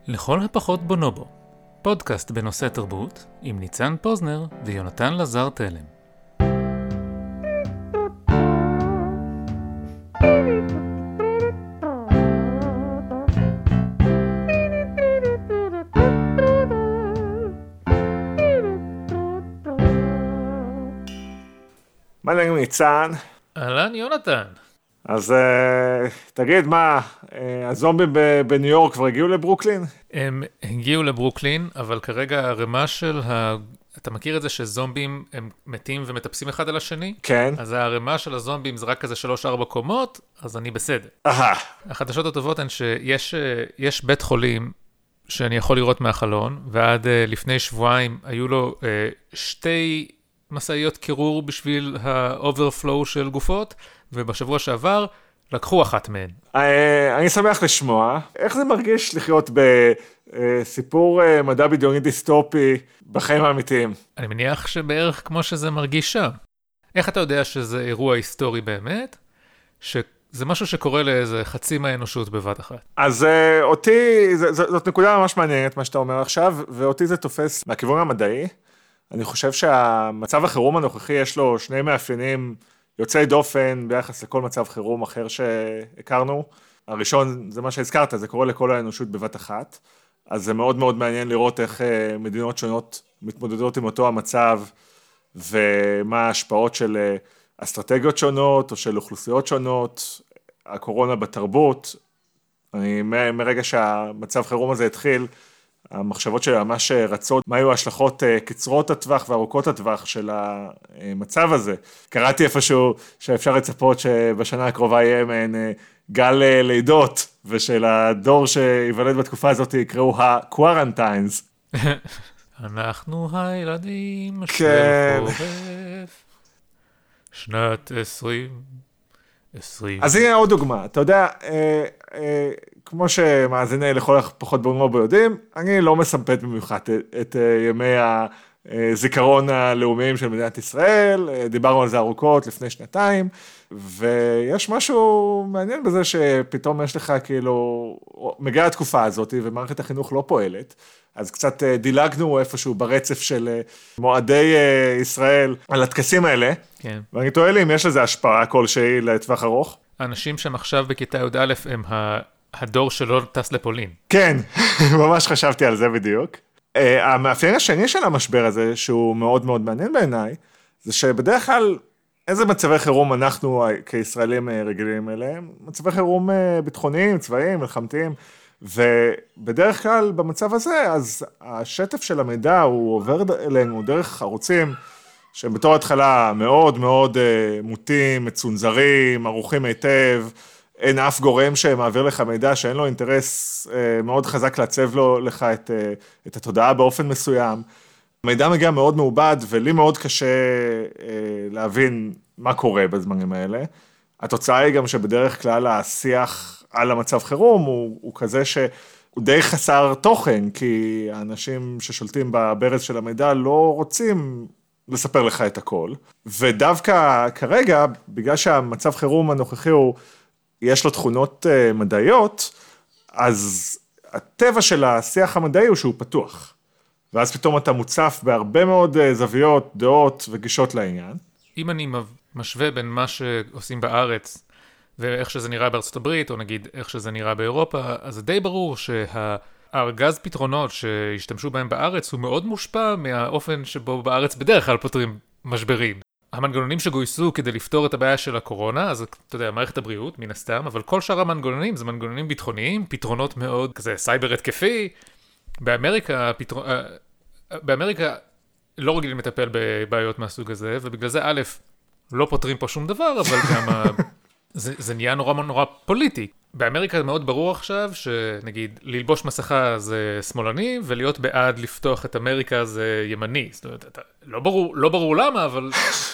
לכל הפחות בונובו, פודקאסט בנושא תרבות עם ניצן פוזנר ויונתן לזר תלם. מה נגיד ניצן? אהלן יונתן. אז תגיד מה, הזומבים בניו יורק כבר הגיעו לברוקלין? הם הגיעו לברוקלין, אבל כרגע הרמה של אתה מכיר את זה שזומבים הם מתים ומטפסים אחד על השני? כן. אז הרמה של הזומבים זה רק כזה 3-4 קומות, אז אני בסדר. החדשות הטובות הן שיש בית חולים שאני יכול לראות מהחלון, ועד לפני שבועיים היו לו שתי מסעיות קירור בשביל האוברפלואו של גופות, ובשבוע שעבר לקחו אחת מהן. אני שמח לשמוע. איך זה מרגיש לחיות בסיפור מדע בדיוני דיסטופי בחיים האמיתיים? אני מניח שבערך כמו שזה מרגיש שם. איך אתה יודע שזה אירוע היסטורי באמת? שזה משהו שקורה לאיזה חצי מהאנושות בבת אחת. אז אותי, זאת נקודה ממש מעניינת מה שאתה אומר עכשיו, ואותי זה תופס מהכיוון המדעי. אני חושב שהמצב החירום הנוכחי יש לו שני מאפיינים יוצאי דופן ביחס לכל מצב חירום אחר שהכרנו. הראשון זה מה שהזכרת, זה קורה לכל האנושות בבת אחת. אז זה מאוד מאוד מעניין לראות איך מדינות שונות מתמודדות עם אותו המצב, ומה ההשפעות של אסטרטגיות שונות או של אוכלוסיות שונות, הקורונה בתרבות. מרגע שהמצב חירום הזה התחיל, המחשבות שלה ממש רצות, מה היו ההשלכות קצרות הטווח וארוכות הטווח של המצב הזה. קראתי איפשהו שאפשר לצפות שבשנה הקרובה יהיה מעין גל לידות, ושל הדור שיוולד בתקופה הזאת יקראו ה-quarantines. אנחנו הילדים של חורף, שנת 2020. אז הנה עוד דוגמה, אתה יודע, כמו שמאזיני לכל הפחות בונובו יודעים, אני לא מסמפת במיוחד את ימי הזיכרון הלאומיים של מדינת ישראל, דיברנו על זה ארוכות לפני שנתיים, ויש משהו מעניין בזה שפתאום יש לך כאילו, מגיעה התקופה הזאת ומערכת החינוך לא פועלת, אז קצת דילגנו איפשהו ברצף של מועדי ישראל על הטקסים האלה, כן. ואני תוהה לי אם יש לזה השפעה כלשהי לטווח ארוך. האנשים שהם עכשיו בכיתה י"א הם הדור שלא טס לפולין. כן, ממש חשבתי על זה בדיוק. המאפיין השני של המשבר הזה, שהוא מאוד מאוד מעניין בעיניי, זה שבדרך כלל איזה מצבי חירום אנחנו כישראלים רגילים אליהם, מצבי חירום ביטחוניים, צבאיים, מלחמתיים, ובדרך כלל במצב הזה, אז השטף של המידע הוא עובר אלינו דרך ערוצים, שהם בתור התחלה מאוד מאוד מוטים, מצונזרים, ערוכים היטב, אין אף גורם שמעביר לך מידע שאין לו אינטרס מאוד חזק לעצב לך את התודעה באופן מסוים. המידע מגיע מאוד מעובד, ולי מאוד קשה להבין מה קורה בזמנים האלה. התוצאה היא גם שבדרך כלל השיח על המצב חירום הוא כזה שהוא די חסר תוכן, כי האנשים ששולטים בברז של המידע לא רוצים לספר לך את הכל. ודווקא כרגע, בגלל שהמצב חירום הנוכחי יש לו תכונות מדעיות, אז הטבע של השיח המדעי הוא שהוא פתוח. ואז פתאום אתה מוצף בהרבה מאוד זוויות, דעות וגישות לעניין. אם אני משווה בין מה שעושים בארץ, ואיך שזה נראה בארצות הברית, או נגיד איך שזה נראה באירופה, אז זה די ברור שהארגז פתרונות שהשתמשו בהם בארץ, הוא מאוד מושפע מהאופן שבו בארץ בדרך כלל פותרים משברים. המנגנונים שגויסו כדי לפתור את הבעיה של הקורונה, אז אתה יודע, מערכת הבריאות, מן הסתם, אבל כל שאר המנגנונים זה מנגנונים ביטחוניים, פתרונות מאוד כזה סייבר התקפי. באמריקה לא רגילים לטפל בבעיות מהסוג הזה, ובגלל זה א', לא פותרים פה שום דבר, אבל גם זה נהיה נורא פוליטי. באמריקה מאוד ברור עכשיו שנגיד ללבוש מסכה זה שמאלני, ולהיות בעד לפתוח את אמריקה זה ימני. זאת אומרת, לא ברור למה, אבל...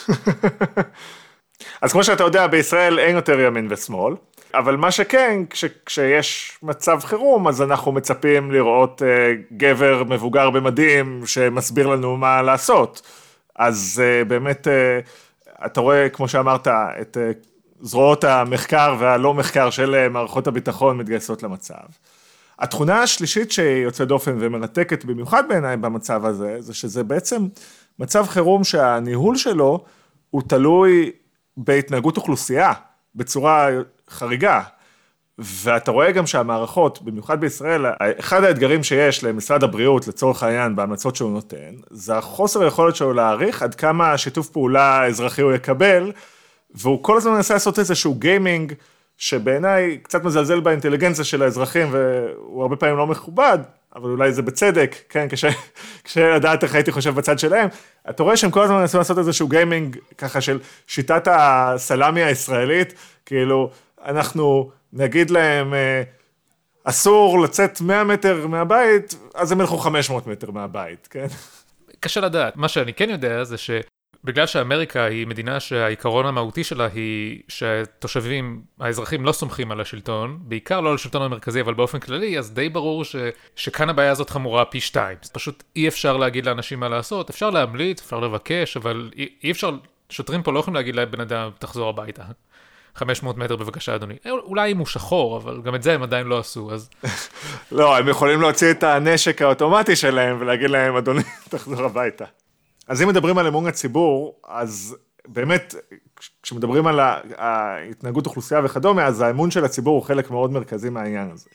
אז כמו שאתה יודע, בישראל אין יותר ימין ושמאל, אבל מה שכן, כשיש מצב חירום, אז אנחנו מצפים לראות גבר מבוגר במדים שמסביר לנו מה לעשות. אז באמת, אתה רואה, כמו שאמרת, את זרועות המחקר והלא מחקר של מערכות הביטחון מתגייסות למצב. התכונה השלישית שיוצאת דופן ומרתקת במיוחד בעיניי במצב הזה, זה שזה בעצם מצב חירום שהניהול שלו הוא תלוי בהתנהגות אוכלוסייה, בצורה חריגה. ואתה רואה גם שהמערכות, במיוחד בישראל, אחד האתגרים שיש למשרד הבריאות, לצורך העניין, בהמלצות שהוא נותן, זה החוסר היכולת שלו להעריך עד כמה שיתוף פעולה אזרחי הוא יקבל, והוא כל הזמן מנסה לעשות איזשהו גיימינג, שבעיניי קצת מזלזל באינטליגנציה של האזרחים, והוא הרבה פעמים לא מכובד, אבל אולי זה בצדק, כן, כשלדעת איך הייתי חושב בצד שלהם, אתה רואה שהם כל הזמן מנסים לעשות איזשהו גיימינג, ככה של שיטת הסלמי הישראלית, כאילו, אנחנו נגיד להם, אסור לצאת 100 מטר מהבית, אז הם ילכו 500 מטר מהבית, כן? קשה לדעת. מה שאני כן יודע זה שבגלל שאמריקה היא מדינה שהעיקרון המהותי שלה היא שהתושבים, האזרחים לא סומכים על השלטון, בעיקר לא על השלטון המרכזי, אבל באופן כללי, אז די ברור שכאן הבעיה הזאת חמורה פי 2. פשוט אי אפשר להגיד לאנשים מה לעשות, אפשר להמליץ, אפשר לבקש, אבל אי אפשר, שוטרים פה לא יכולים להגיד לבן אדם, תחזור הביתה. 500 מטר בבקשה, אדוני. אולי אם הוא שחור, אבל גם את זה הם עדיין לא עשו, אז... לא, הם יכולים להוציא את הנשק האוטומטי שלהם ולהגיד להם, אדוני, תחזור הביתה. אז אם מדברים על אמון הציבור, אז באמת, כשמדברים על ההתנהגות אוכלוסייה וכדומה, אז האמון של הציבור הוא חלק מאוד מרכזי מהעניין הזה.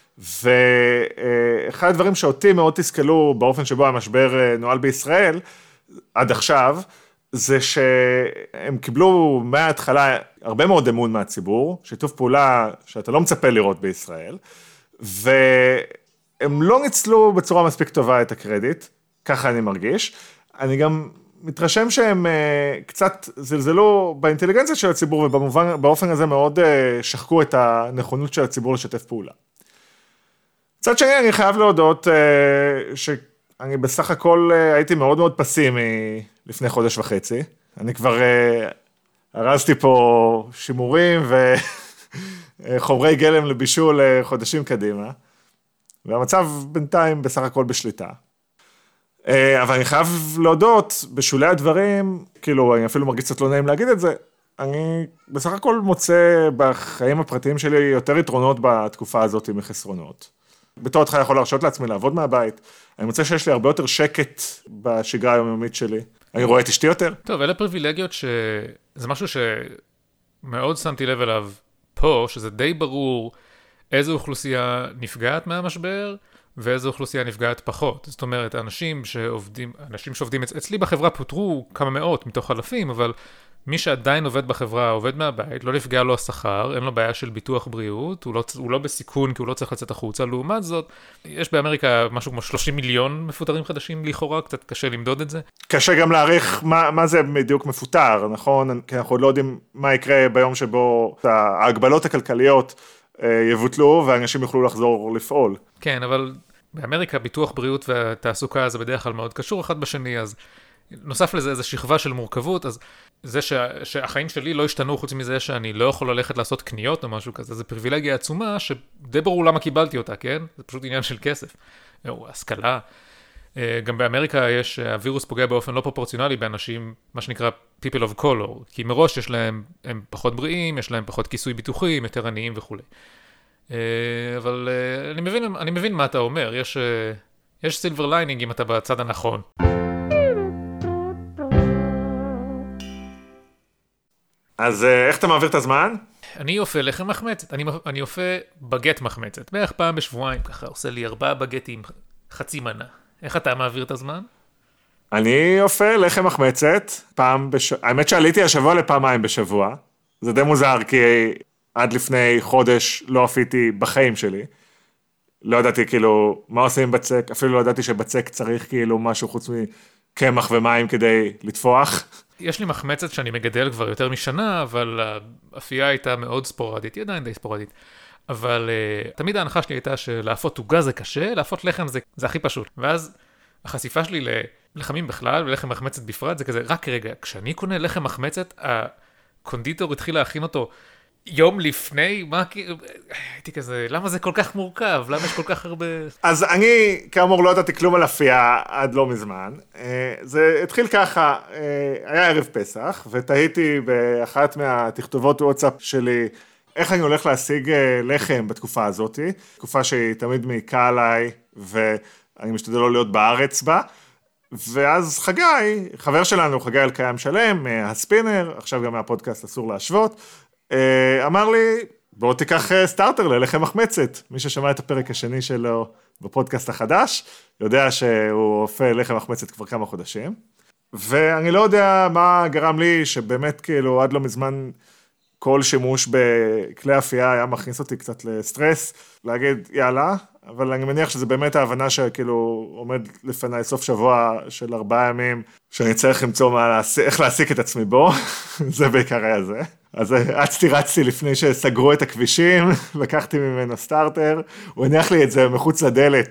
ואחד הדברים שאותי מאוד תסכלו באופן שבו המשבר נועל בישראל, עד עכשיו, זה שהם קיבלו מההתחלה הרבה מאוד אמון מהציבור, שיתוף פעולה שאתה לא מצפה לראות בישראל, והם לא ניצלו בצורה מספיק טובה את הקרדיט, ככה אני מרגיש. אני גם מתרשם שהם קצת זלזלו באינטליגנציה של הציבור, ובאופן הזה מאוד שחקו את הנכונות של הציבור לשתף פעולה. מצד שני, אני חייב להודות שאני בסך הכל הייתי מאוד מאוד פסימי לפני חודש וחצי. אני כבר הרזתי פה שימורים וחומרי גלם לבישול חודשים קדימה, והמצב בינתיים בסך הכל בשליטה. אבל אני חייב להודות, בשולי הדברים, כאילו אני אפילו מרגיש קצת לא נעים להגיד את זה, אני בסך הכל מוצא בחיים הפרטיים שלי יותר יתרונות בתקופה הזאת מחסרונות. בתור אותך יכול להרשות לעצמי לעבוד מהבית, אני מוצא שיש לי הרבה יותר שקט בשגרה היומיומית שלי. אני רואה את אשתי יותר. טוב, אלה פריבילגיות שזה משהו שמאוד שמתי לב אליו פה, שזה די ברור איזו אוכלוסייה נפגעת מהמשבר, ואיזו אוכלוסייה נפגעת פחות. זאת אומרת, אנשים שעובדים אצלי בחברה פוטרו כמה מאות מתוך אלפים, אבל מי שעדיין עובד בחברה, עובד מהבית, לא נפגע לו השכר, אין לו בעיה של ביטוח בריאות, הוא לא בסיכון כי הוא לא צריך לצאת החוצה. לעומת זאת, יש באמריקה משהו כמו 30 מיליון מפוטרים חדשים לכאורה, קצת קשה למדוד את זה. קשה גם להעריך מה זה בדיוק מפוטר, נכון? כי אנחנו לא יודעים מה יקרה ביום שבו ההגבלות הכלכליות יבוטלו ואנשים יוכלו לחזור לפעול. כן, אבל באמריקה ביטוח בריאות והתעסוקה זה בדרך כלל מאוד קשור אחד בשני, אז נוסף לזה איזו שכבה של מורכבות, אז זה שהחיים שלי לא השתנו חוץ מזה שאני לא יכול ללכת לעשות קניות או משהו כזה, זה פריבילגיה עצומה שדי ברור למה קיבלתי אותה, כן? זה פשוט עניין של כסף, או השכלה. גם באמריקה הווירוס פוגע באופן לא פרופורציונלי באנשים, מה שנקרא people of color, כי מראש הם פחות בריאים, יש להם פחות כיסוי ביטוחי, יותר עניים וכו'. אבל אני מבין מה אתה אומר, יש סילבר ליינינג אם אתה בצד הנכון. אז איך אתה מעביר את הזמן? אני אופה לחם מחמצת, אני אופה בגט מחמצת, בערך פעם בשבועיים ככה, עושה לי 4 בגטים, חצי מנה. איך אתה מעביר את הזמן? אני אופה לחם מחמצת, האמת שעליתי השבוע לפעמיים בשבוע, זה די מוזר כי עד לפני חודש לא אפיתי בחיים שלי, לא ידעתי כאילו מה עושים עם בצק, אפילו לא ידעתי שבצק צריך כאילו משהו חוץ מקמח ומים כדי לטפוח. יש לי מחמצת שאני מגדל כבר יותר משנה, אבל האפייה הייתה מאוד ספורדית, היא עדיין די ספורדית. אבל תמיד ההנחה שלי הייתה שלאפות עוגה זה קשה, לאפות לחם זה הכי פשוט. ואז החשיפה שלי ללחמים בכלל ולחם מחמצת בפרט זה כזה, רק רגע, כשאני קונה לחם מחמצת, הקונדיטור התחיל להכין אותו יום לפני, הייתי כזה, למה זה כל כך מורכב? למה יש כל כך הרבה... אז אני, כאמור, לא ידעתי כלום על אפייה עד לא מזמן. זה התחיל ככה, היה ערב פסח, ותהיתי באחת מהתכתובות וואטסאפ שלי, איך אני הולך להשיג לחם בתקופה הזאת, תקופה שהיא תמיד מעיקה עליי, ואני משתדל לא להיות בארץ בה, ואז חגי, חבר שלנו, חגי אלקיים שלם, הספינר, עכשיו גם מהפודקאסט אסור להשוות, אמר לי, בוא תיקח סטארטר ללחם מחמצת. מי ששמע את הפרק השני שלו בפודקאסט החדש, יודע שהוא אופה לחם מחמצת כבר כמה חודשים, ואני לא יודע מה גרם לי, שבאמת כאילו עד לא מזמן כל שימוש בכלי אפייה היה מכניס אותי קצת לסטרס, להגיד יאללה, אבל אני מניח שזה באמת ההבנה שכאילו עומד לפני סוף שבוע של 4 ימים, שאני צריך למצוא איך להסיק את עצמי בו, זה בעיקר היה זה. אז רצתי לפני שסגרו את הכבישים, לקחתי ממנו סטארטר, הוא הניח לי את זה מחוץ לדלת.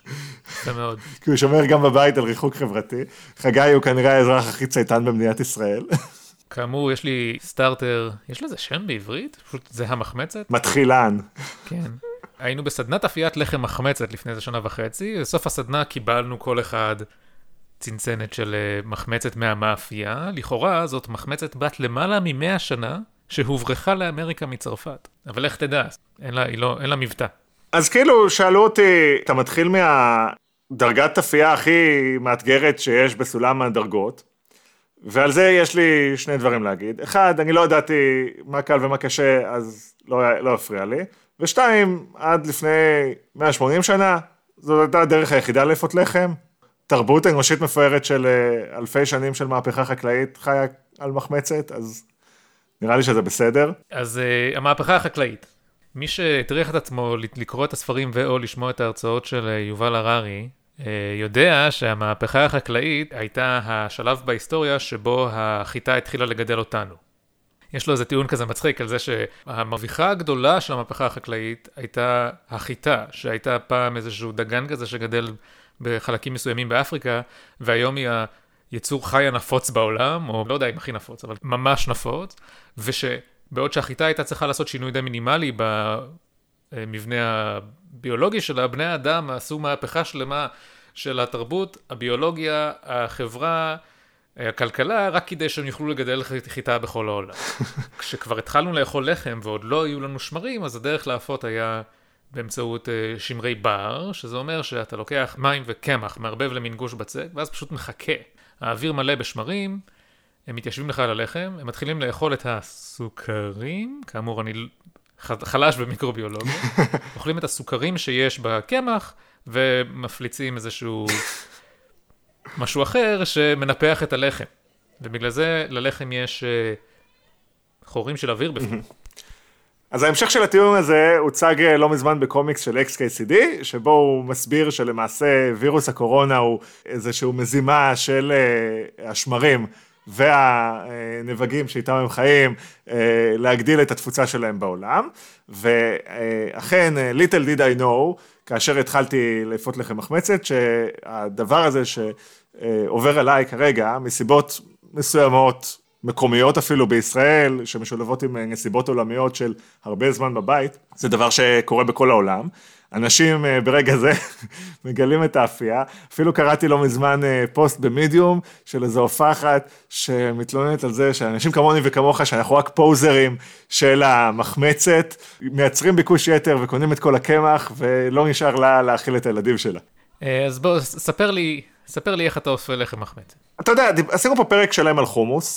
זה מאוד. כי הוא שומר גם בבית על ריחוק חברתי. חגי הוא כנראה האזרח הכי צייתן במדינת ישראל. כאמור, יש לי סטארטר, יש לזה שם בעברית? פשוט זה המחמצת? מתחילן. כן. היינו בסדנת אפיית לחם מחמצת לפני 1.5 שנה, בסוף הסדנה קיבלנו כל אחד צנצנת של מחמצת מהמאפייה, לכאורה זאת מחמצת בת למעלה מ100 שנה, שהוברחה לאמריקה מצרפת. אבל איך תדע? אין לה מבטא. אז כאילו שאלו אותי, אתה מתחיל מהדרגת אפייה הכי מאתגרת שיש בסולם הדרגות, ועל זה יש לי 2 דברים להגיד. 1, אני לא ידעתי מה קל ומה קשה, אז לא הפריע לי. ו2, עד לפני 180 שנה, זאת הייתה הדרך היחידה לאפות לחם. תרבות אנושית מפוארת של אלפי שנים של מהפכה חקלאית חיה על מחמצת, אז נראה לי שזה בסדר. אז המהפכה החקלאית. מי שהטריח את עצמו לקרוא את הספרים ואו לשמוע את ההרצאות של יובל הררי, יודע שהמהפכה החקלאית הייתה השלב בהיסטוריה שבו החיטה התחילה לגדל אותנו. יש לו איזה טיעון כזה מצחיק על זה שהמרוויחה הגדולה של המהפכה החקלאית הייתה החיטה, שהייתה פעם איזשהו דגן כזה שגדל בחלקים מסוימים באפריקה, והיום היא היצור חי הנפוץ בעולם, או לא יודע אם הכי נפוץ, אבל ממש נפוץ, ושבעוד שהחיטה הייתה צריכה לעשות שינוי די מינימלי במבנה הביולוגי שלה, בני האדם עשו מהפכה שלמה של התרבות, הביולוגיה, החברה, הכלכלה, רק כדי שהם יוכלו לגדל חיטה בכל העולם. כשכבר התחלנו לאכול לחם ועוד לא היו לנו שמרים, אז הדרך לאפות היה באמצעות שמרי בר, שזה אומר שאתה לוקח מים וקמח, מערבב למין גוש בצק, ואז פשוט מחכה. האוויר מלא בשמרים, הם מתיישבים לך על הלחם, הם מתחילים לאכול את הסוכרים, כאמור אני חלש במיקרוביולוגיה, אוכלים את הסוכרים שיש בקמח, ומפליצים איזשהו משהו אחר שמנפח את הלחם. ובגלל זה ללחם יש חורים של אוויר בפנים. אז ההמשך של הטיעון הזה הוצג לא מזמן בקומיקס של XKCD, שבו הוא מסביר שלמעשה וירוס הקורונה הוא איזשהו מזימה של השמרים והנבגים שאיתם הם חיים, להגדיל את התפוצה שלהם בעולם. ואכן, little did I know, כאשר התחלתי לאפות לחם מחמצת, שהדבר הזה שעובר עליי כרגע, מסיבות מסוימות, מקומיות אפילו בישראל, שמשולבות עם נסיבות עולמיות של הרבה זמן בבית, זה דבר שקורה בכל העולם. אנשים ברגע זה מגלים את האפייה, אפילו קראתי לא מזמן פוסט במדיום של איזו הופכת שמתלוננת על זה שאנשים כמוני וכמוך, שאנחנו רק פוזרים של המחמצת, מייצרים ביקוש יתר וקונים את כל הקמח, ולא נשאר לה להאכיל את הילדים שלה. אז בוא, ספר לי איך אתה אופה לחם מחמצת. אתה יודע, עשינו פה פרק שלם על חומוס,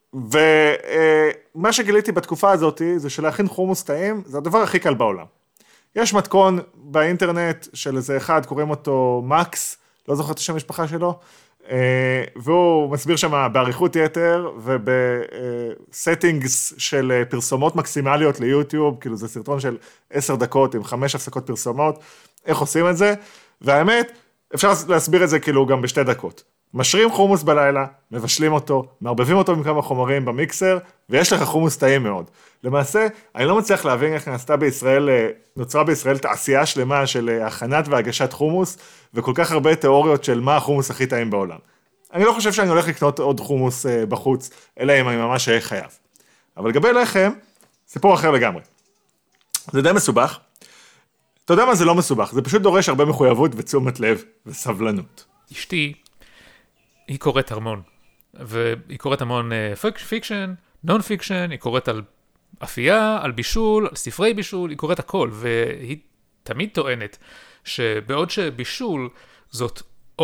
ומה שגיליתי בתקופה הזאת, זה שלהכין חומוס טעים, זה הדבר הכי קל בעולם. יש מתכון באינטרנט של איזה אחד, קוראים אותו מקס, לא זוכר את השם המשפחה שלו, והוא מסביר שם בעריכות יתר, ובסטינגס של פרסומות מקסימליות ליוטיוב, כאילו זה סרטון של 10 דקות עם 5 הפסקות פרסומות, איך עושים את זה, והאמת, אפשר להסביר את זה כאילו גם ב2 דקות. משרים חומוס בלילה, מבשלים אותו, מערבבים אותו עם כמה חומרים במיקסר, ויש לך חומוס טעים מאוד. למעשה, אני לא מצליח להבין איך נוצרה בישראל תעשייה שלמה של הכנת והגשת חומוס, וכל כך הרבה תיאוריות של מה החומוס הכי טעים בעולם. אני לא חושב שאני הולך לקנות עוד חומוס בחוץ, אלא אם אני ממש חייב. אבל לגבי לחם, סיפור אחר לגמרי. זה די מסובך. אתה יודע מה זה לא מסובך, זה פשוט דורש הרבה מחויבות ותשומת לב וסבלנות. אשתי, היא קוראת המון, והיא קוראת המון פיקשן, נון פיקשן, היא קוראת על אפייה, על בישול, על ספרי בישול, היא קוראת הכל, והיא תמיד טוענת שבעוד שבישול זאת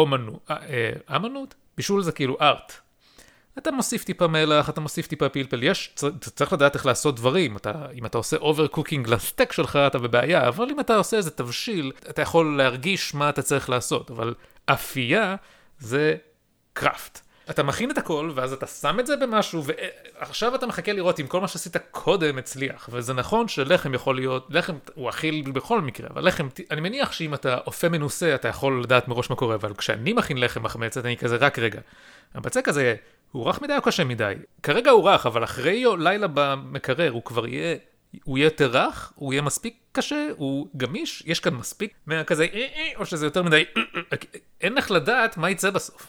אמנות, בישול זה כאילו ארט. אתה מוסיף טיפה מלח, אתה מוסיף טיפה פלפל, צריך לדעת איך לעשות דברים, אם אתה עושה אובר-קוקינג לסטק שלך, אתה בבעיה, אבל אם אתה עושה איזה תבשיל, אתה יכול להרגיש מה אתה צריך לעשות, אבל אפייה זה קראפט. אתה מכין את הכל, ואז אתה שם את זה במשהו, ועכשיו אתה מחכה לראות אם כל מה שעשית קודם הצליח, וזה נכון שלחם יכול להיות, לחם הוא אכיל בכל מקרה, אבל לחם, אני מניח שאם אתה אופה מנוסה, אתה יכול לדעת מראש מה קורה, אבל כשאני מכין לחם מחמצת, אני כזה רק רגע. הבצק הזה, הוא רך מדי או קשה מדי? כרגע הוא רך, אבל אחרי לילה במקרר, הוא כבר יהיה, הוא יהיה יותר רך, הוא יהיה מספיק קשה, הוא גמיש, יש כאן מספיק כזה, או שזה יותר מדי, אין לך לדעת מה יצא בסוף.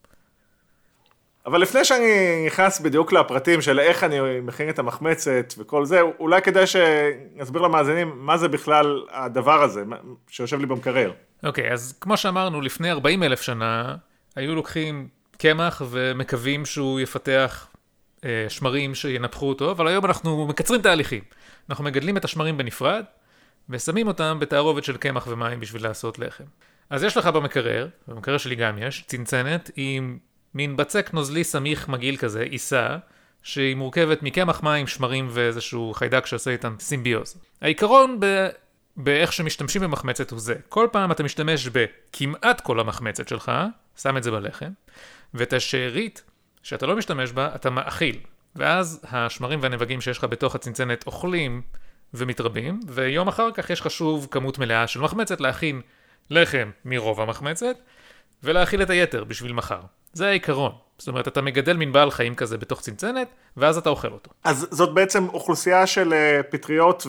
אבל לפני שאני נכנס בדיוק לפרטים של איך אני מכין את המחמצת וכל זה, אולי כדאי שנסביר למאזינים מה זה בכלל הדבר הזה שיושב לי במקרר. אוקיי, אז כמו שאמרנו, לפני 40,000 שנה, היו לוקחים קמח ומקווים שהוא יפתח שמרים שינפחו אותו, אבל היום אנחנו מקצרים תהליכים. אנחנו מגדלים את השמרים בנפרד, ושמים אותם בתערובת של קמח ומים בשביל לעשות לחם. אז יש לך במקרר שלי גם יש, צנצנת עם מין בצק נוזלי סמיך מגעיל כזה, עיסה, שהיא מורכבת מקמח מים, שמרים ואיזשהו חיידק שעושה איתם סימביוז. העיקרון באיך שמשתמשים במחמצת הוא זה. כל פעם אתה משתמש בכמעט כל המחמצת שלך, שם את זה בלחם, ואת השארית שאתה לא משתמש בה, אתה מאכיל. ואז השמרים והנבגים שיש לך בתוך הצנצנת אוכלים ומתרבים, ויום אחר כך יש לך שוב כמות מלאה של מחמצת להכין לחם מרוב המחמצת, ולהאכיל את היתר בשביל מחר. זה העיקרון. זאת אומרת, אתה מגדל מין בעל חיים כזה בתוך צנצנת, ואז אתה אוכל אותו. אז זאת בעצם אוכלוסייה של פטריות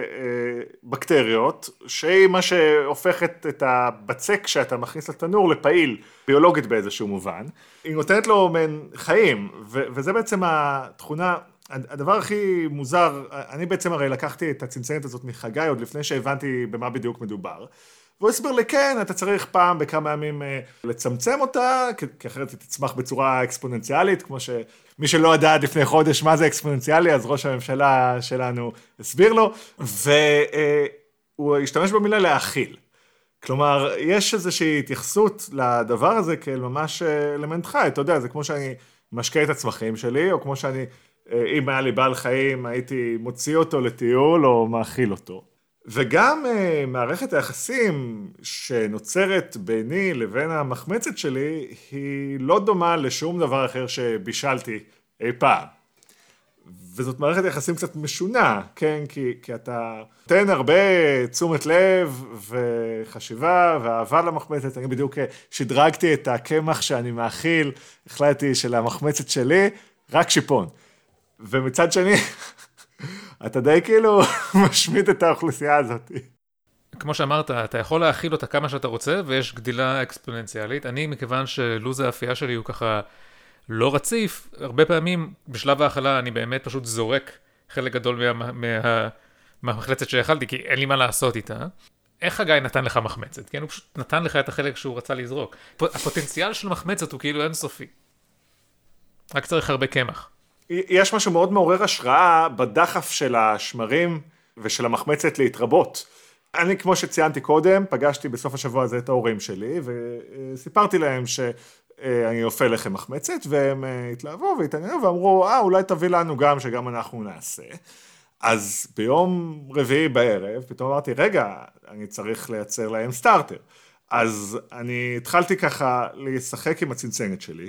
ובקטריות, שהיא מה שהופכת את הבצק שאתה מכניס לתנור לפעיל, ביולוגית באיזשהו מובן. היא נותנת לו מן חיים, וזה בעצם התכונה, הדבר הכי מוזר, אני בעצם הרי לקחתי את הצנצנת הזאת מחגי, עוד לפני שהבנתי במה בדיוק מדובר. והוא הסביר לי, כן, אתה צריך פעם בכמה ימים לצמצם אותה, כי אחרת היא תצמח בצורה אקספוננציאלית, כמו שמי שלא ידע עד לפני חודש מה זה אקספוננציאלי, אז ראש הממשלה שלנו הסביר לו, והוא השתמש במילה להאכיל. כלומר, יש איזושהי התייחסות לדבר הזה כאל ממש אלמנט חי, אתה יודע, זה כמו שאני משקה את הצמחים שלי, או כמו שאני, אם היה לי בעל חיים, הייתי מוציא אותו לטיול או מאכיל אותו. וגם מערכת היחסים שנוצרת ביני לבין המחמצת שלי, היא לא דומה לשום דבר אחר שבישלתי אי פעם. וזאת מערכת יחסים קצת משונה, כן? כי אתה נותן הרבה תשומת לב וחשיבה ואהבה למחמצת. אני בדיוק שדרגתי את הקמח שאני מאכיל, החלטתי שלמחמצת שלי רק שיפון. ומצד שני, אתה די כאילו משמיט את האוכלוסייה הזאת. כמו שאמרת, אתה יכול להאכיל אותה כמה שאתה רוצה, ויש גדילה אקספוננציאלית. אני, מכיוון שלוז האפייה שלי הוא ככה לא רציף, הרבה פעמים בשלב האכלה אני באמת פשוט זורק חלק גדול מהמחמצת שאכלתי, כי אין לי מה לעשות איתה. איך חגי נתן לך מחמצת? כן, הוא פשוט נתן לך את החלק שהוא רצה לזרוק. הפוטנציאל של מחמצת הוא כאילו אינסופי. רק צריך הרבה קמח. יש משהו מאוד מעורר השראה בדחף של השמרים ושל המחמצת להתרבות. אני, כמו שציינתי קודם, פגשתי בסוף השבוע הזה את ההורים שלי, וסיפרתי להם שאני אופה לחם מחמצת, והם התלהבו והתעניינו ואמרו, אולי תביא לנו גם שגם אנחנו נעשה. אז ביום רביעי בערב, פתאום אמרתי, רגע, אני צריך לייצר להם סטארטר. אז אני התחלתי ככה לשחק עם הצנצנת שלי,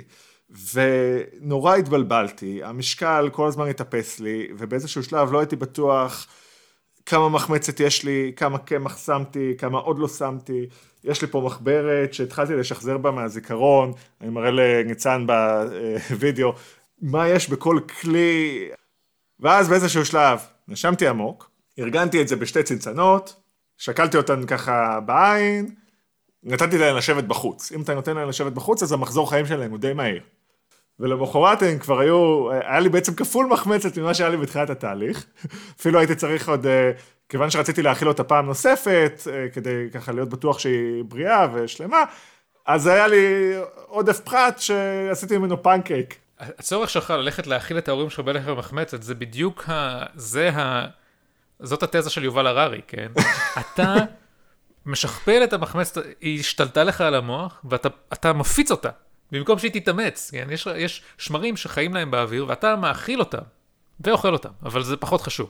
ונורא התבלבלתי, המשקל כל הזמן התאפס לי, ובאיזשהו שלב לא הייתי בטוח כמה מחמצת יש לי, כמה קמח שמתי, כמה עוד לא שמתי. יש לי פה מחברת שהתחלתי לשחזר בה מהזיכרון, אני מראה לניצן בווידאו, מה יש בכל כלי. ואז באיזשהו שלב נשמתי עמוק, ארגנתי את זה בשתי צנצנות, שקלתי אותן ככה בעין, נתתי להן לשבת בחוץ. אם אתה נותן להן לשבת בחוץ, אז המחזור חיים שלהם הוא די מהיר. ולמחרת הם כבר היה לי בעצם כפול מחמצת ממה שהיה לי בתחילת התהליך. אפילו הייתי צריך עוד, כיוון שרציתי להאכיל אותה פעם נוספת, כדי ככה להיות בטוח שהיא בריאה ושלמה, אז היה לי עודף פחת שעשיתי ממנו פנקייק. הצורך שלך ללכת להאכיל את ההורים שלך בלחם מחמצת, זה בדיוק זאת התזה של יובל הררי, כן? אתה משכפל את המחמצת, היא השתלטה לך על המוח, ואתה מפיץ אותה, במקום שהיא תתאמץ, כן? יש שמרים שחיים להם באוויר, ואתה מאכיל אותם, ואוכל אותם, אבל זה פחות חשוב.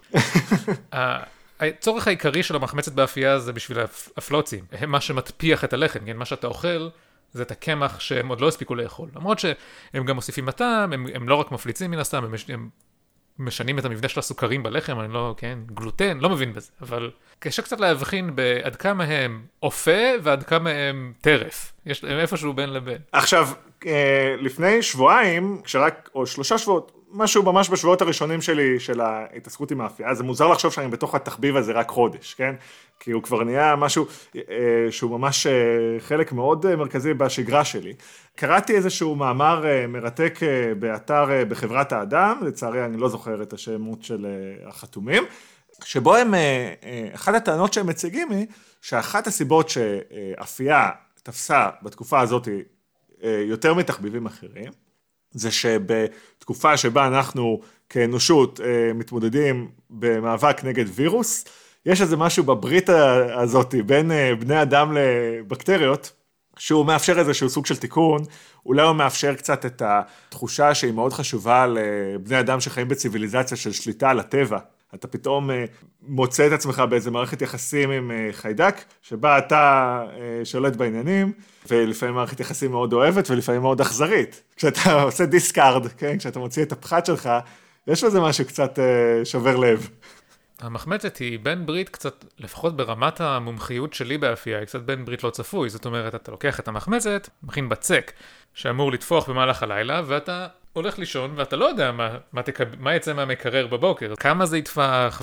הצורך העיקרי של המחמצת באפייה זה בשביל הפלוצים, הם מה שמטפיח את הלחם, כן? מה שאתה אוכל, זה את הקמח שהם עוד לא הספיקו לאכול. למרות שהם גם מוסיפים מטעם, הם לא רק מפליצים מן הסתם, הם משנים את המבנה של הסוכרים בלחם, אני לא, כן, גלוטן, לא מבין בזה, אבל קשה קצת להבחין בעד כמה הם אופה ועד כמה הם טרף. יש להם איפשהו בין לבין. עכשיו, לפני שבועיים, או 3 שבועות, משהו ממש בשבועות הראשונים שלי, של ההתעסקות עם האפייה, זה מוזר לחשוב שאני בתוך התחביב הזה רק חודש, כן? כי הוא כבר נהיה משהו שהוא ממש חלק מאוד מרכזי בשגרה שלי. קראתי איזשהו מאמר מרתק באתר בחברת האדם, לצערי אני לא זוכר את השמות של החתומים, שבו אחת הטענות שהם מציגים היא, שאחת הסיבות שאפייה תפסה בתקופה הזאת יותר מתחביבים אחרים, זה שבתקופה שבה אנחנו כאנושות מתמודדים במאבק נגד וירוס, יש איזה משהו בברית הזאת בין בני אדם לבקטריות, שהוא מאפשר איזשהו סוג של תיקון, אולי הוא מאפשר קצת את התחושה שהיא מאוד חשובה לבני אדם שחיים בציביליזציה של שליטה על הטבע. אתה פתאום מוצא את עצמך באיזה מערכת יחסים עם חיידק, שבה אתה שולט בעניינים, ולפעמים מערכת יחסים מאוד אוהבת, ולפעמים מאוד אכזרית. כשאתה עושה דיסקארד, כן? כשאתה מוציא את הפחת שלך, יש בזה משהו קצת שובר לב. המחמצת היא בין ברית קצת, לפחות ברמת המומחיות שלי באפייה, היא קצת בין ברית לא צפוי. זאת אומרת, אתה לוקח את המחמצת, מכין בצק, שאמור לתפוח במהלך הלילה, ואתה הולך לישון, ואתה לא יודע מה יצא מהמקרר בבוקר. כמה זה יתפח,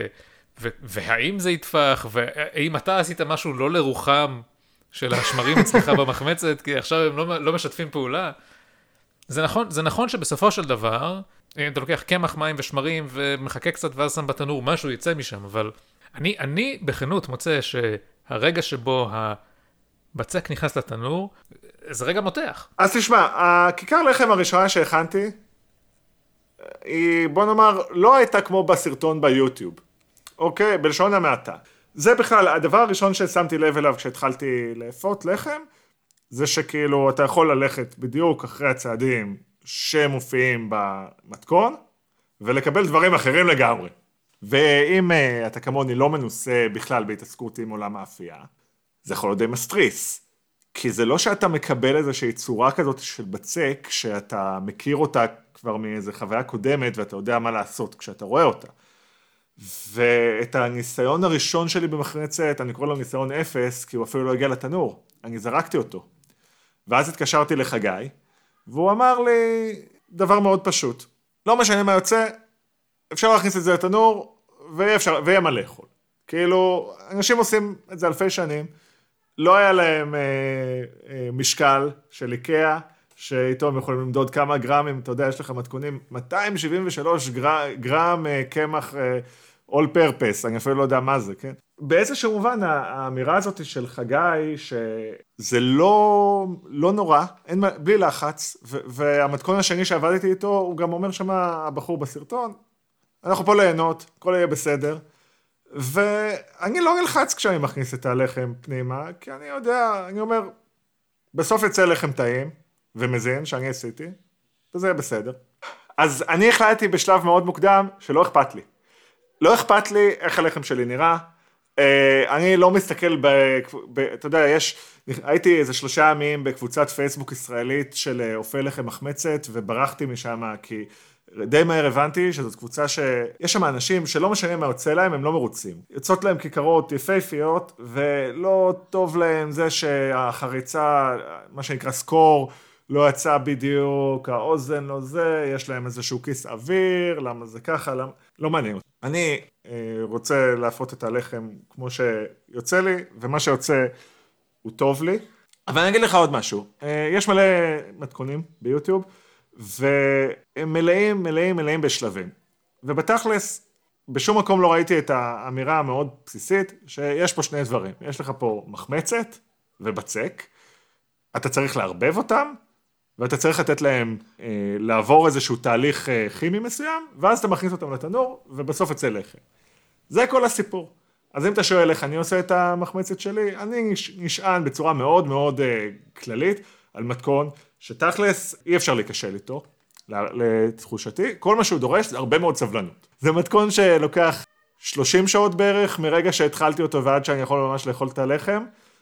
והאם זה יתפח, והאם אתה עשית משהו לא לרוחם של השמרים אצלך במחמצת, כי עכשיו הם לא משתפים פעולה. זה נכון שבסופו של דבר, אתה לוקח קמח, מים ושמרים, ומחכה קצת ואז שם בתנור, משהו יצא משם, אבל אני בכנות מוצא שהרגע שבו הבצק נכנס לתנור, זה רגע מותח. אז תשמע, הכיכר לחם הראשונה שהכנתי, היא, בוא נאמר, לא הייתה כמו בסרטון ביוטיוב, אוקיי? בלשון המעטה. זה בכלל, הדבר הראשון ששמתי לב אליו כשהתחלתי לאפות לחם, זה שכאילו אתה יכול ללכת בדיוק אחרי הצעדים שמופיעים במתכון, ולקבל דברים אחרים לגמרי. ואם אתה כמוני לא מנוסה בכלל בהתעסקות עם עולם האפייה, זה יכול להיות די מסטריס. כי זה לא שאתה מקבל איזושהי צורה כזאת של בצק, שאתה מכיר אותה כבר מאיזו חוויה קודמת, ואתה יודע מה לעשות כשאתה רואה אותה. ואת הניסיון הראשון שלי במחמצת, אני קורא לו ניסיון 0, כי הוא אפילו לא הגיע לתנור. אני זרקתי אותו. ואז התקשרתי לחגי, והוא אמר לי דבר מאוד פשוט. לא משנה מה יוצא, אפשר להכניס את זה לתנור, ויהיה מה לאכול. כאילו, אנשים עושים את זה אלפי שנים, לא היה להם משקל של איקאה, שאיתו הם יכולים למדוד כמה גרמים, אתה יודע, יש לך מתכונים, 273 גרם קמח all purpose, אני אפילו לא יודע מה זה, כן? באיזשהו מובן, האמירה הזאת של חגי, שזה לא נורא, בלי לחץ, והמתכון השני שעבדתי איתו, הוא גם אומר שמה הבחור בסרטון, אנחנו פה ליהנות, הכל יהיה בסדר, ואני לא נלחץ כשאני מכניס את הלחם פנימה, כי אני יודע, אני אומר, בסוף יצא לחם טעים, ומזין שאני עשיתי, וזה יהיה בסדר. אז אני החלטתי בשלב מאוד מוקדם, שלא אכפת לי. לא אכפת לי איך הלחם שלי נראה, אני לא מסתכל אתה יודע, הייתי איזה 3 ימים בקבוצת פייסבוק ישראלית של אופה לחם מחמצת, וברחתי משם, כי די מהר הבנתי שזאת קבוצה שיש שם אנשים שלא משנה מה יוצא להם, הם לא מרוצים. יוצאות להם כיכרות יפהפיות, ולא טוב להם זה שהחריצה, מה שנקרא סקור, לא יצא בדיוק, האוזן לא זה, יש להם איזשהו כיס אוויר, למה זה ככה, לא מעניין. אני רוצה להפות את הלחם כמו שיוצא לי, ומה שיוצא הוא טוב לי. אבל אני אגיד לך עוד משהו, יש מלא מתכונים ביוטיוב, והם מלאים בשלבים. ובתכלס, בשום מקום לא ראיתי את האמירה המאוד בסיסית, שיש פה 2 דברים. יש לך פה מחמצת ובצק, אתה צריך לערבב אותם, ואתה צריך לתת להם לעבור איזשהו תהליך כימי מסוים, ואז אתה מכניס אותם לתנור, ובסוף יוצא לחם. זה כל הסיפור. אז אם אתה שואל איך אני עושה את המחמצת שלי, אני נשען בצורה מאוד מאוד כללית, על מתכון שתכלס אי אפשר להיקשל איתו, לתחושתי. כל מה שהוא דורש זה הרבה מאוד סבלנות. זה מתכון שלוקח 30 שעות בערך מרגע שהתחלתי אותו ועד שאני יכול ממש לאכול את הלחם,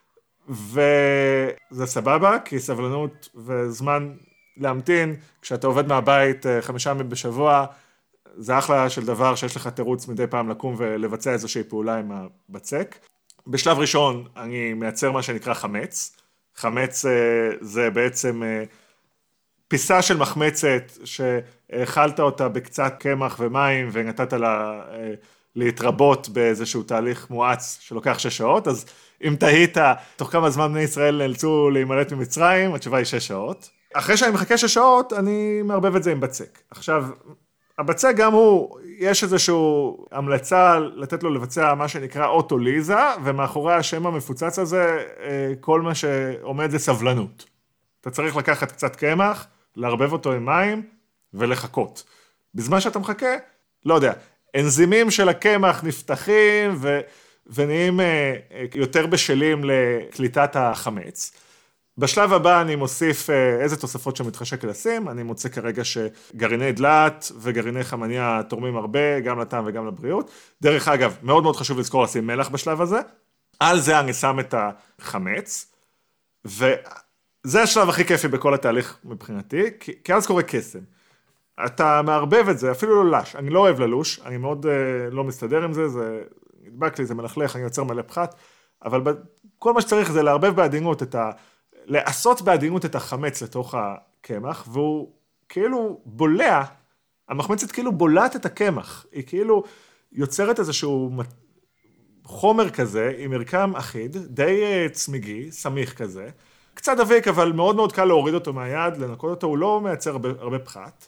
וזה סבבה, כי סבלנות וזמן להמתין, כשאתה עובד מהבית 5 ימים בשבוע, זה אחלה של דבר שיש לך תירוץ מדי פעם לקום ולבצע איזושהי פעולה עם הבצק. בשלב ראשון אני מייצר מה שנקרא חמץ. חמץ זה בעצם פיסה של מחמצת שהאכלת אותה בקצת קמח ומים ונתת לה להתרבות באיזשהו תהליך מואץ שלוקח 6 שעות, אז אם תהית תוך כמה זמן בני ישראל נאלצו להימלט ממצרים, התשובה היא 6 שעות. אחרי שאני מחכה 6 שעות, אני מערבב את זה עם בצק. עכשיו, הבצק גם הוא, יש איזשהו המלצה לתת לו לבצע מה שנקרא אוטוליזה, ומאחורי השם המפוצץ הזה, כל מה שעומד זה סבלנות. אתה צריך לקחת קצת קמח, לערבב אותו עם מים ולחכות. בזמן שאתה מחכה, לא יודע, אנזימים של הקמח נפתחים ונהיים יותר בשלים לקליטת החמץ. בשלב הבא אני מוסיף איזה תוספות שמתחשק לשים, אני מוצא כרגע שגרעיני דלת וגרעיני חמניה תורמים הרבה, גם לטעם וגם לבריאות. דרך אגב, מאוד מאוד חשוב לזכור לשים מלח בשלב הזה. על זה אני שם את החמץ, וזה השלב הכי כיפי בכל התהליך מבחינתי, כי אז קורה קסם. אתה מערבב את זה, אפילו לא לש, אני לא אוהב ללוש, אני מאוד לא מסתדר עם זה, זה נדבק לי, זה מלכלך, אני יוצר מלא פחת, אבל כל מה שצריך זה לערבב בעדינות לעשות בעדינות את החמץ לתוך הקמח, והוא כאילו בולע, המחמצת כאילו בולעת את הקמח, היא כאילו יוצרת איזשהו חומר כזה, עם מרקם אחיד, די צמיגי, סמיך כזה, קצת דביק, אבל מאוד מאוד קל להוריד אותו מהיד, לנקות אותו, הוא לא מייצר הרבה פחת,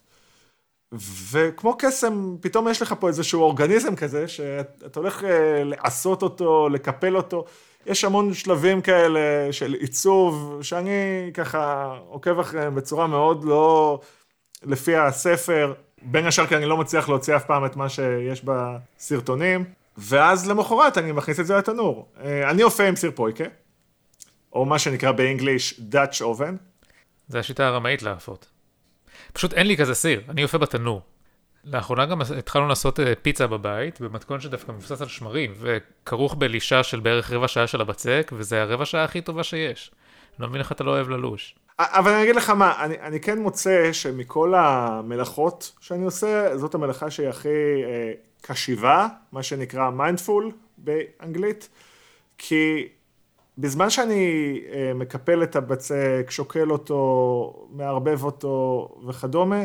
וכמו קסם, פתאום יש לך פה איזשהו אורגניזם כזה, שאתה הולך לעשות אותו, לקפל אותו, יש המון שלבים כאלה של עיצוב, שאני ככה עוקב אחריהם בצורה מאוד לא לפי הספר, בין השאר כי אני לא מצליח להוציא אף פעם את מה שיש בסרטונים, ואז למחרת אני מכניס את זה לתנור. אני אופה עם סיר פויקה, או מה שנקרא באנגליש Dutch oven. זה השיטה הרמאית לאפות. פשוט אין לי כזה סיר, אני אופה בתנור. לאחרונה גם התחלנו לעשות פיצה בבית, במתכון שדווקא מבוסס על שמרים, וכרוך בלישה של בערך רבע שעה של הבצק, וזה הרבע שעה הכי טובה שיש. אני לא מבין איך אתה לא אוהב ללוש. אבל אני אגיד לך מה, אני כן מוצא שמכל המלאכות שאני עושה, זאת המלאכה שהיא הכי קשיבה, מה שנקרא mindful באנגלית, כי בזמן שאני מקפל את הבצק, שוקל אותו, מערבב אותו וכדומה,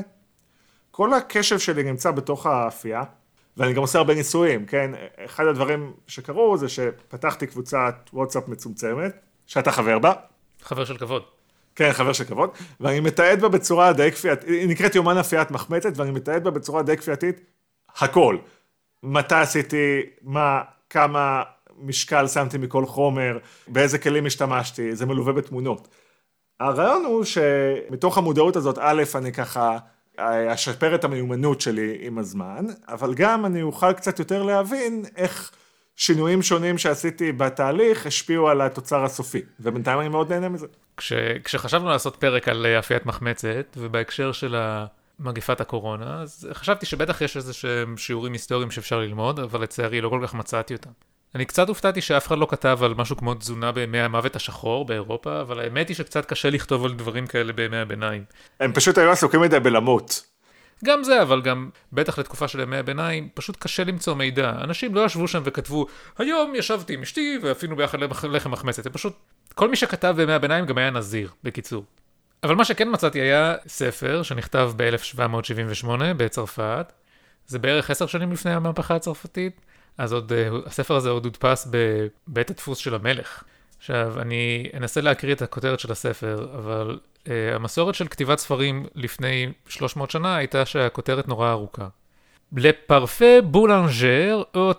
כל הקשב שלי נמצא בתוך האפייה, ואני גם עושה הרבה ניסויים, כן? אחד הדברים שקרו זה שפתחתי קבוצת וואטסאפ מצומצמת, שאתה חבר בה. חבר של כבוד. כן, חבר של כבוד, ואני מתעד בה בצורה די כפייתית, היא נקראת יומן אפיית מחמצת, ואני מתעד בה בצורה די כפייתית, הכל. מתי עשיתי, מה, כמה משקל שמתי מכל חומר, באיזה כלים השתמשתי, זה מלווה בתמונות. הרעיון הוא שמתוך המודעות הזאת, א', אני ככה אשפר את המיומנות שלי עם הזמן, אבל גם אני אוכל קצת יותר להבין איך שינויים שונים שעשיתי בתהליך השפיעו על התוצר הסופי, ובינתיים אני מאוד נהנה מזה. כשחשבנו לעשות פרק על אפיית מחמצת, ובהקשר של מגפת הקורונה, אז חשבתי שבטח יש איזה שהם שיעורים היסטוריים שאפשר ללמוד, אבל לצערי לא כל כך מצאתי אותם. אני קצת הופתעתי שאף אחד לא כתב על משהו כמו תזונה בימי המוות השחור באירופה, אבל האמת היא שקצת קשה לכתוב על דברים כאלה בימי הביניים. הם פשוט היו עסוקים מדי בלמות. גם זה, אבל גם בטח לתקופה של ימי הביניים, פשוט קשה למצוא מידע. אנשים לא ישבו שם וכתבו, היום ישבתי עם אשתי ואפילו ביחד לחם מחמצת. זה פשוט, כל מי שכתב בימי הביניים גם היה נזיר, בקיצור. אבל מה שכן מצאתי היה ספר שנכתב ב-1778 בצרפת. זה בערך 10 שנים לפני המהפכה הצרפתית. אז הספר הזה עוד הודפס בבית הדפוס של המלך. עכשיו, אני אנסה להקריא את הכותרת של הספר, אבל המסורת של כתיבת ספרים לפני 300 שנה הייתה שהכותרת נורא ארוכה. Le parfait boulanger au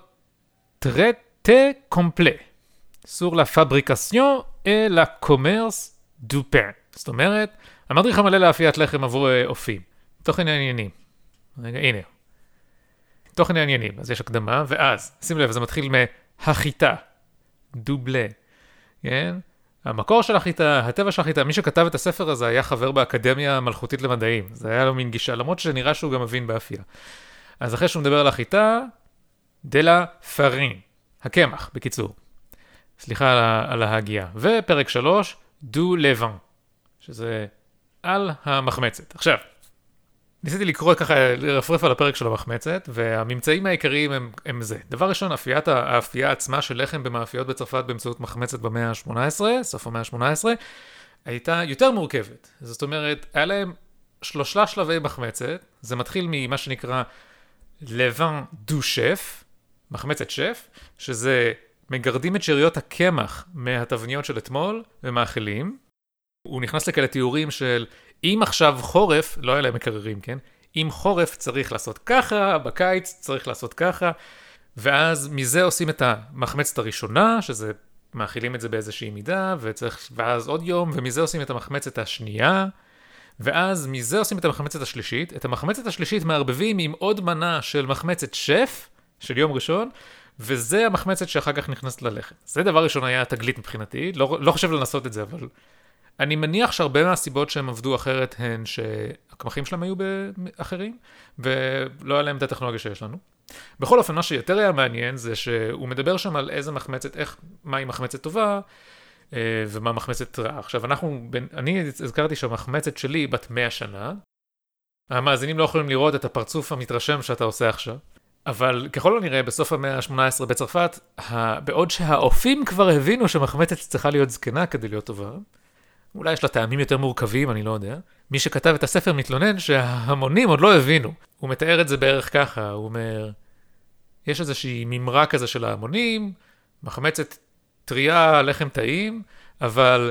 traité complet sur la fabrication et la commerce du pain. זאת אומרת, אמרתי לך מלא לאפיית לחם עבור אופים. תוכן העניינים. רגע, הנה. תוכן העניינים. אז יש הקדמה, ואז, שים לב, זה מתחיל מהחיטה. דובלה. כן? המקור של החיטה, הטבע של החיטה, מי שכתב את הספר הזה היה חבר באקדמיה המלכותית למדעים. זה היה לו מין גישה, למרות שנראה שהוא גם מבין באפייה. אז אחרי שהוא מדבר על החיטה, דלה פרין. הקמח, בקיצור. סליחה על ההגיעה. ופרק 3, דו לבן. שזה על המחמצת. עכשיו, ניסיתי לקרוא ככה, לרפרף על הפרק של המחמצת, והממצאים העיקריים הם זה. דבר ראשון, האפייה עצמה של לחם במאפיות בצרפת באמצעות מחמצת במאה ה-18, סוף המאה ה-18, הייתה יותר מורכבת. זאת אומרת, היה להם 3 שלבי מחמצת, זה מתחיל ממה שנקרא לבן דו שף, מחמצת שף, שזה מגרדים את שאריות הקמח מהתבניות של אתמול ומאכילים. הוא נכנס לכאלה תיאורים של אם עכשיו חורף, לא היה להם מקררים, כן? אם חורף צריך לעשות ככה, בקיץ צריך לעשות ככה, ואז מזה עושים את המחמצת הראשונה, שזה מאכילים את זה באיזושהי מידה, ואז עוד יום, ומזה עושים את המחמצת השנייה, ואז מזה עושים את המחמצת השלישית. את המחמצת השלישית מערבבים עם עוד מנה של מחמצת שף, של יום ראשון, וזה המחמצת שאחר כך נכנסת ללחם. זה דבר ראשון היה תגלית מבחינתי, לא חושב לנסות את זה, אבל אני מניח שהרבה מהסיבות שהם עבדו אחרת הן שהקמחים שלהם היו באחרים, ולא היה להם את הטכנולוגיה שיש לנו. בכל אופן, מה שיותר היה מעניין זה שהוא מדבר שם על איזה מחמצת, מהי מחמצת טובה, ומה מחמצת רעה. עכשיו, אני הזכרתי שהמחמצת שלי בת 100 שנה, המאזינים לא יכולים לראות את הפרצוף המתרשם שאתה עושה עכשיו, אבל ככל הנראה בסוף המאה ה-18 בצרפת, בעוד שהאופים כבר הבינו שמחמצת צריכה להיות זקנה כדי להיות טובה, אולי יש לה טעמים יותר מורכבים, אני לא יודע. מי שכתב את הספר מתלונן שההמונים עוד לא הבינו. הוא מתאר את זה בערך ככה, הוא אומר, יש איזושהי ממרה כזה של ההמונים, מחמצת טריה, לחם טעים, אבל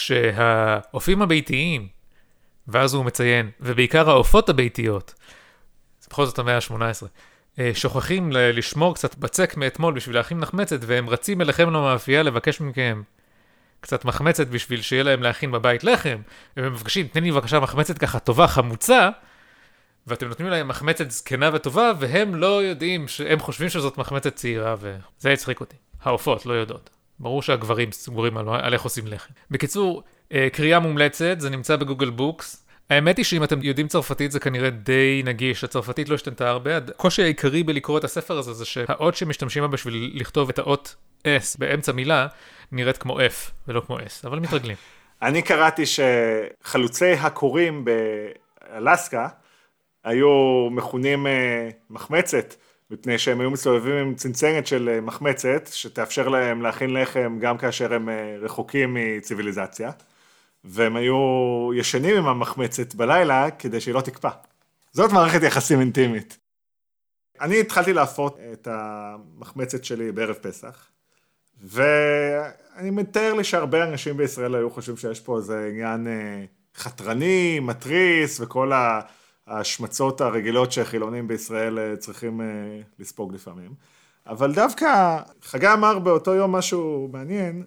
כשהאופים הביתיים, ואז הוא מציין, ובעיקר האופות הביתיות, זה בכל זאת המאה ה-18, שוכחים לשמור קצת בצק מאתמול בשביל להכין מחמצת, והם רצים אליכם למאפייה לבקש מכם קצת מחמצת בשביל שיהיה להם להכין בבית לחם, והם מבקשים, תן לי בבקשה מחמצת ככה טובה, חמוצה, ואתם נותנים להם מחמצת זקנה וטובה, והם לא יודעים, הם חושבים שזאת מחמצת צעירה, וזה יצחיק אותי. האופות לא יודעות. ברור שהגברים סגורים על איך עושים לחם. בקיצור, קריאה מומלצת, זה נמצא בגוגל בוקס. האמת היא שאם אתם יודעים צרפתית זה כנראה די נגיש, הצרפתית לא השתנתה הרבה. הקושי העיקרי בלקרוא את הספר הזה זה שהאות שמשתמשים בה בשביל לכתוב את האות S באמצע מילה, נראית כמו F ולא כמו S, אבל מתרגלים. אני קראתי שחלוצי הקורים באלסקה היו מכונים מחמצת, מפני שהם היו מסתובבים עם צנצנת של מחמצת, שתאפשר להם להכין לחם גם כאשר הם רחוקים מציביליזציה, והם היו ישנים עם המחמצת בלילה כדי שהיא לא תקפא. זאת מערכת יחסים אינטימית. אני התחלתי להפות את המחמצת שלי בערב פסח, ואני מתאר לי שהרבה אנשים בישראל היו חושבים שיש פה איזה עניין חתרני, מטריס, וכל ההשמצות הרגילות שחילונים בישראל צריכים לספוג לפעמים. אבל דווקא חגי אמר באותו יום משהו מעניין,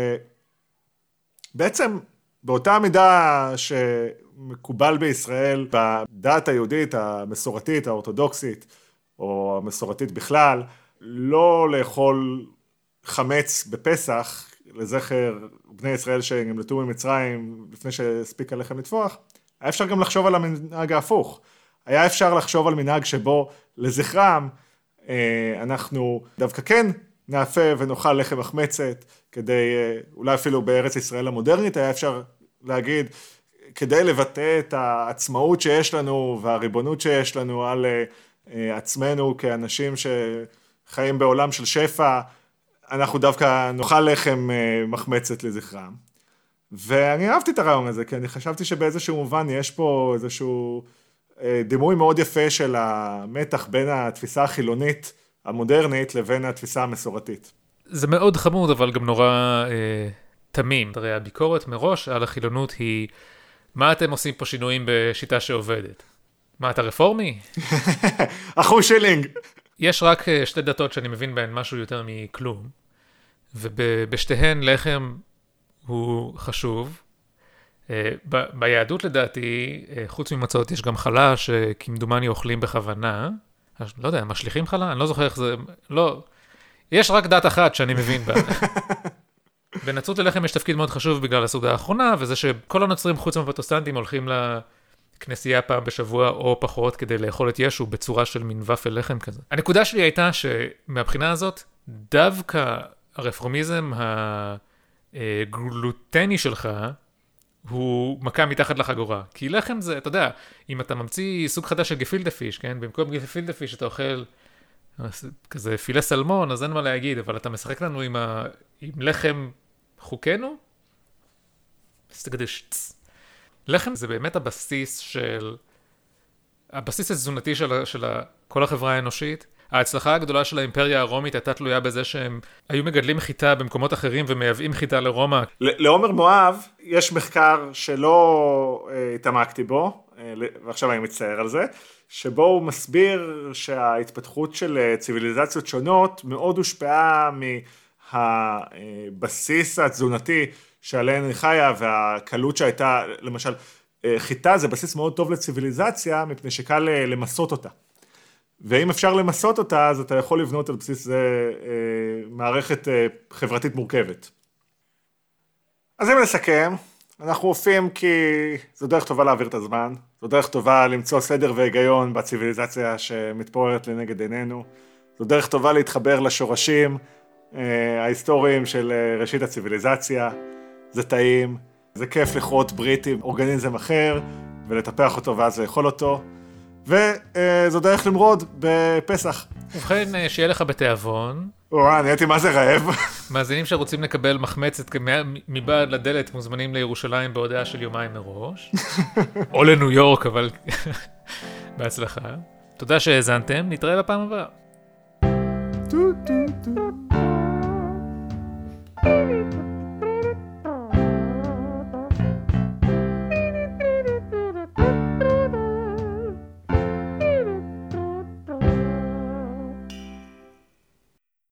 שבעצם באותה מידה שמקובל בישראל, בדת היהודית, המסורתית, האורתודוקסית, או המסורתית בכלל, לא לאכול חמץ בפסח, לזכר בני ישראל שנמלטו ממצרים לפני שהספיק הלחם לטפוח, היה אפשר גם לחשוב על המנהג ההפוך. היה אפשר לחשוב על מנהג שבו לזכרם אנחנו דווקא כן נאפה ונאכל לחם מחמצת, כדי, אולי אפילו בארץ ישראל המודרנית, היה אפשר להגיד, כדי לבטא את העצמאות שיש לנו והריבונות שיש לנו על עצמנו כאנשים שחיים בעולם של שפע, אנחנו דווקא נאכל לחם מחמצת לזכרם. ואני אהבתי את הרעיון הזה, כי אני חשבתי שבאיזשהו מובן יש פה איזשהו דימוי מאוד יפה של המתח בין התפיסה החילונית המודרנית לבין התפיסה המסורתית. זה מאוד חמוד, אבל גם נורא תמים. הרי הביקורת מראש על החילונות היא, מה אתם עושים פה שינויים בשיטה שעובדת? מה, אתה רפורמי? אחוז שילינג. יש רק 2 דתות שאני מבין בהן משהו יותר מכלום, ובשתיהן לחם הוא חשוב, ביהדות לדעתי, חוץ ממצות, יש גם חלה שכמדומני אוכלים בכוונה. לא יודע, משליכים חלה? אני לא זוכר איך זה... לא. יש רק דת אחת שאני מבין בה. בנצרות ללחם יש תפקיד מאוד חשוב בגלל הסעודה האחרונה, וזה שכל הנוצרים חוץ מהפרוטסטנטים הולכים לכנסייה פעם בשבוע או פחות כדי לאכול את ישו בצורה של מין ופל לחם כזה. הנקודה שלי הייתה שמהבחינה הזאת, דווקא הרפורמיזם הגלוטני שלך, הוא מכה מתחת לחגורה. כי לחם זה, אתה יודע, אם אתה ממציא סוג חדש של גפילטה פיש, כן? במקום גפילטה פיש אתה אוכל כזה פילה סלמון, אז אין מה להגיד, אבל אתה משחק לנו עם לחם חוקנו? סתקדש. לחם זה באמת הבסיס התזונתי של כל החברה האנושית. ההצלחה הגדולה של האימפריה הרומית הייתה תלויה בזה שהם היו מגדלים חיטה במקומות אחרים ומייבאים חיטה לרומא. לעומר מואב יש מחקר שלא התעמקתי בו, ועכשיו אני מצטער על זה, שבו הוא מסביר שההתפתחות של ציוויליזציות שונות מאוד הושפעה מהבסיס התזונתי שעליהן היא חיה, והקלות שהייתה, למשל, חיטה זה בסיס מאוד טוב לציוויליזציה, מפני שקל למסות אותה. ואם אפשר למסות אותה, אז אתה יכול לבנות על בסיס זה מערכת חברתית מורכבת. אז אם נסכם, אנחנו עופים כי זו דרך טובה להעביר את הזמן, זו דרך טובה למצוא סדר והיגיון בציוויליזציה שמתפוררת לנגד עינינו, זו דרך טובה להתחבר לשורשים ההיסטוריים של ראשית הציוויליזציה, זה טעים, זה כיף לכרות ברית עם אורגניזם אחר ולטפח אותו ואז לאכול אותו, וזו דרך למרוד בפסח. ובכן, שיהיה לך בתיאבון. נהייתי מה זה רעב. מאזינים שרוצים לקבל מחמצת מבעד לדלת מוזמנים לירושלים בהודעה של יומיים מראש. או לניו יורק, אבל בהצלחה. תודה שהאזנתם, נתראה בפעם הבאה.